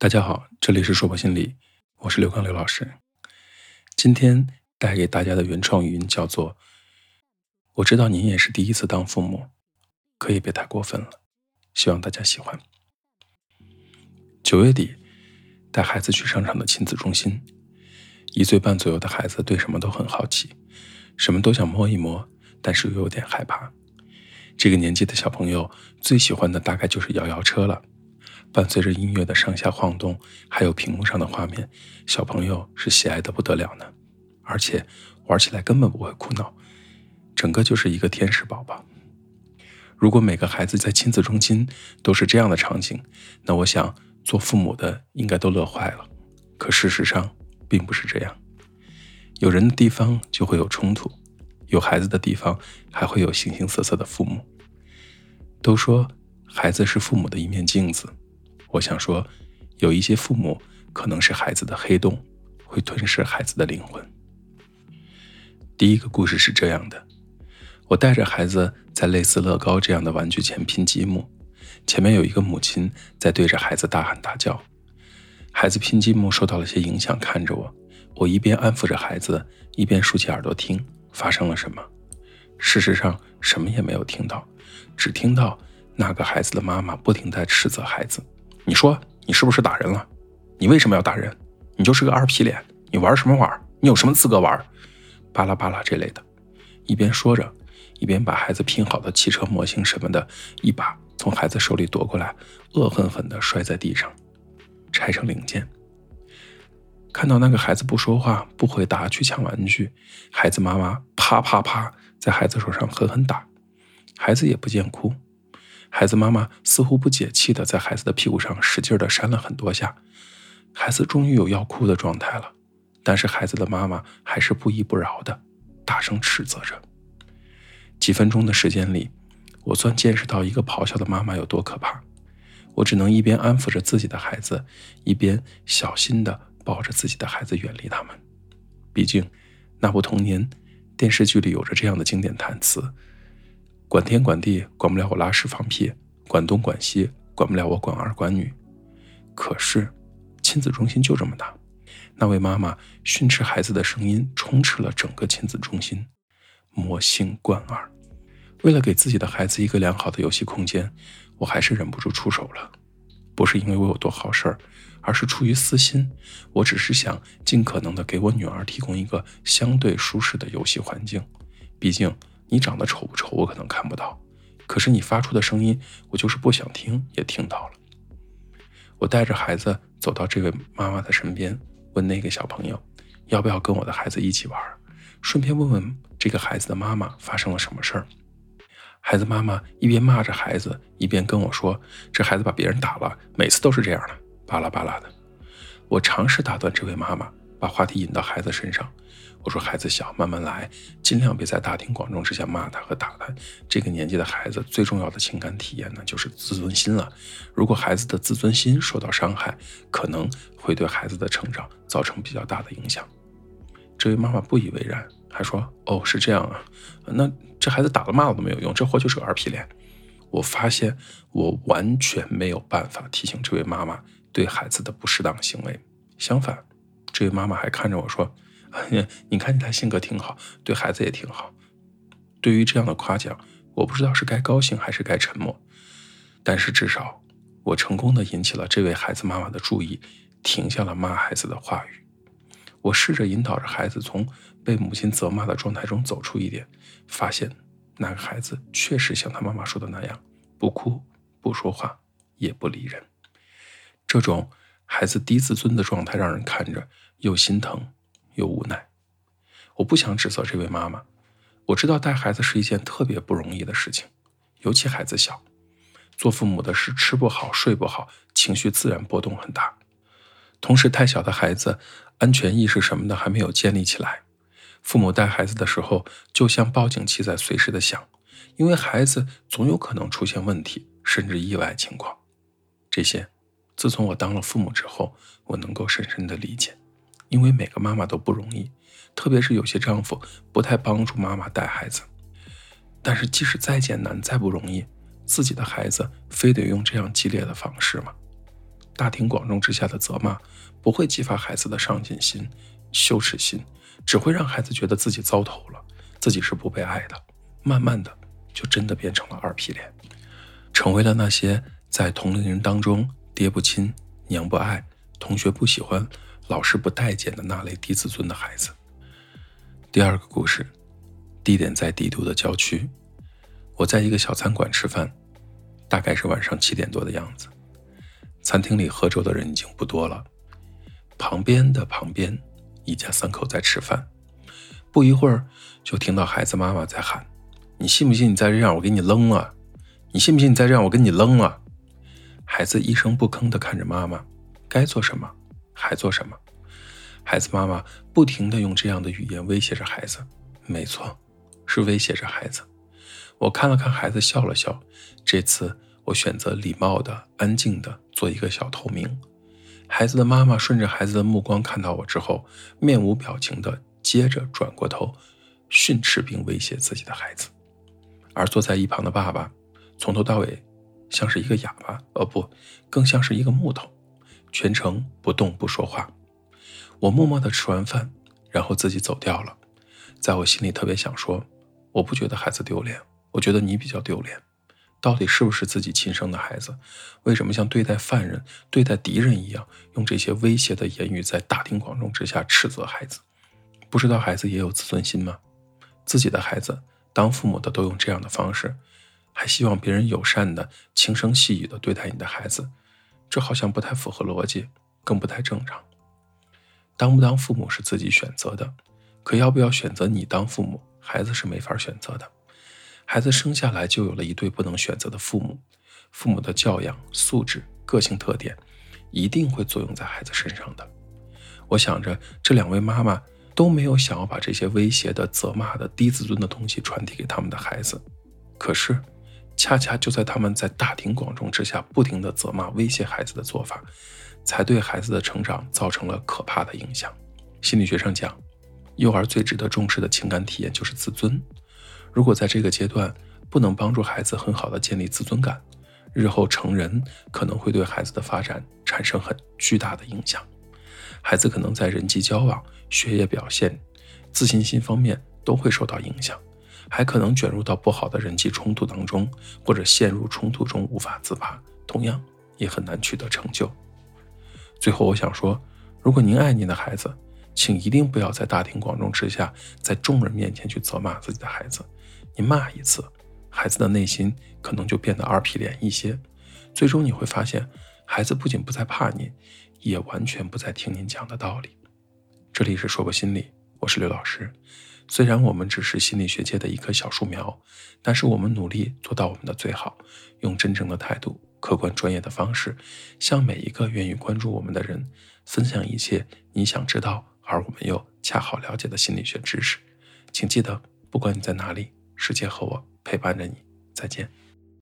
大家好，这里是说博心理，我是刘刚刘老师。今天带给大家的原创语音叫做我知道您也是第一次当父母，可以别太过分了，希望大家喜欢。9月底带孩子去商场的亲子中心，1岁半左右的孩子对什么都很好奇，什么都想摸一摸，但是又有点害怕。这个年纪的小朋友最喜欢的大概就是摇摇车了，伴随着音乐的上下晃动，还有屏幕上的画面，小朋友是喜爱的不得了呢。而且玩起来根本不会哭闹，整个就是一个天使宝宝。如果每个孩子在亲子中心都是这样的场景，那我想做父母的应该都乐坏了。可事实上并不是这样，有人的地方就会有冲突，有孩子的地方还会有形形色色的父母。都说孩子是父母的一面镜子，我想说有一些父母可能是孩子的黑洞，会吞噬孩子的灵魂。第一个故事是这样的，我带着孩子在类似乐高这样的玩具前拼积木，前面有一个母亲在对着孩子大喊大叫。孩子拼积木受到了些影响，看着我，我一边安抚着孩子，一边竖起耳朵听发生了什么。事实上什么也没有听到，只听到那个孩子的妈妈不停地斥责孩子，你说你是不是打人了？你为什么要打人？你就是个二皮脸，你玩什么玩？你有什么资格玩？巴拉巴拉这类的。一边说着，一边把孩子拼好的汽车模型什么的一把从孩子手里夺过来，恶狠狠地摔在地上，拆成零件。看到那个孩子不说话不回答去抢玩具，孩子妈妈啪啪啪在孩子手上狠狠打，孩子也不见哭。孩子妈妈似乎不解气地在孩子的屁股上使劲地扇了很多下，孩子终于有要哭的状态了，但是孩子的妈妈还是不依不饶地大声斥责着。几分钟的时间里，我算见识到一个咆哮的妈妈有多可怕。我只能一边安抚着自己的孩子，一边小心地抱着自己的孩子远离他们。毕竟那部童年电视剧里有着这样的经典台词，管天管地管不了我拉屎放屁，管东管西管不了我管儿管女。可是亲子中心就这么大，那位妈妈训斥孩子的声音充斥了整个亲子中心，魔性贯耳。为了给自己的孩子一个良好的游戏空间，我还是忍不住出手了。不是因为我有多好事儿，而是出于私心，我只是想尽可能的给我女儿提供一个相对舒适的游戏环境。毕竟你长得丑不丑我可能看不到，可是你发出的声音我就是不想听也听到了。我带着孩子走到这位妈妈的身边，问那个小朋友要不要跟我的孩子一起玩，顺便问问这个孩子的妈妈发生了什么事儿。孩子妈妈一边骂着孩子，一边跟我说，这孩子把别人打了，每次都是这样的，巴拉巴拉的。我尝试打断这位妈妈，把话题引到孩子身上。我说孩子小，慢慢来，尽量别在大庭广众之下骂他和打他。这个年纪的孩子最重要的情感体验呢，就是自尊心了。如果孩子的自尊心受到伤害，可能会对孩子的成长造成比较大的影响。这位妈妈不以为然，还说哦，是这样啊，那这孩子打了骂了都没有用，这货就是个二皮脸。我发现我完全没有办法提醒这位妈妈对孩子的不适当行为，相反，这位妈妈还看着我说，你看他性格挺好，对孩子也挺好。对于这样的夸奖，我不知道是该高兴还是该沉默，但是至少我成功地引起了这位孩子妈妈的注意，停下了骂孩子的话语。我试着引导着孩子从被母亲责骂的状态中走出一点，发现那个孩子确实像他妈妈说的那样，不哭不说话也不理人。这种孩子低自尊的状态让人看着又心疼又无奈。我不想指责这位妈妈，我知道带孩子是一件特别不容易的事情，尤其孩子小，做父母的是吃不好睡不好，情绪自然波动很大。同时太小的孩子安全意识什么的还没有建立起来，父母带孩子的时候就像报警器在随时的响，因为孩子总有可能出现问题甚至意外情况。这些自从我当了父母之后，我能够深深的理解，因为每个妈妈都不容易，特别是有些丈夫不太帮助妈妈带孩子。但是即使再艰难再不容易，自己的孩子非得用这样激烈的方式吗？ 大庭广众之下的责骂不会激发孩子的上进心、羞耻心，只会让孩子觉得自己糟透了，自己是不被爱的，慢慢的就真的变成了二皮脸，成为了那些在同龄人当中爹不亲、娘不爱、同学不喜欢、老师不待见的那类低自尊的孩子。第二个故事，地点在帝都的郊区，我在一个小餐馆吃饭，大概是晚上7点多的样子。餐厅里喝粥的人已经不多了，旁边，一家3口在吃饭。不一会儿就听到孩子妈妈在喊：“你信不信你再这样我给你扔了？你信不信你再这样我给你扔了？”孩子一声不吭地看着妈妈，该做什么还做什么。孩子妈妈不停地用这样的语言威胁着孩子，没错，是威胁着孩子。我看了看孩子，笑了笑，这次我选择礼貌的、安静的做一个小透明。孩子的妈妈顺着孩子的目光看到我之后，面无表情的接着转过头训斥并威胁自己的孩子。而坐在一旁的爸爸从头到尾像是一个哑巴，不，更像是一个木头，全程不动不说话。我默默地吃完饭，然后自己走掉了。在我心里特别想说，我不觉得孩子丢脸，我觉得你比较丢脸。到底是不是自己亲生的孩子？为什么像对待犯人、对待敌人一样，用这些威胁的言语在大庭广众之下斥责孩子？不知道孩子也有自尊心吗？自己的孩子，当父母的都用这样的方式，还希望别人友善的、轻声细语的对待你的孩子，这好像不太符合逻辑，更不太正常。当不当父母是自己选择的，可要不要选择你当父母，孩子是没法选择的。孩子生下来就有了一对不能选择的父母，父母的教养、素质、个性特点一定会作用在孩子身上的。我想着这2位妈妈都没有想要把这些威胁的、责骂的、低自尊的东西传递给他们的孩子，可是恰恰就在他们在大庭广众之下不停地责骂、威胁孩子的做法，才对孩子的成长造成了可怕的影响。心理学上讲，幼儿最值得重视的情感体验就是自尊。如果在这个阶段不能帮助孩子很好的建立自尊感，日后成人可能会对孩子的发展产生很巨大的影响。孩子可能在人际交往、学业表现、自信心方面都会受到影响，还可能卷入到不好的人际冲突当中，或者陷入冲突中无法自拔，同样也很难取得成就。最后我想说，如果您爱您的孩子，请一定不要在大庭广众之下，在众人面前去责骂自己的孩子。你骂一次，孩子的内心可能就变得二皮脸一些，最终你会发现，孩子不仅不再怕您，也完全不再听您讲的道理。这里是说个心理，我是刘老师。虽然我们只是心理学界的一棵小树苗，但是我们努力做到我们的最好，用真诚的态度、客观专业的方式，向每一个愿意关注我们的人分享一切你想知道而我们又恰好了解的心理学知识。请记得，不管你在哪里，世界和我陪伴着你。再见。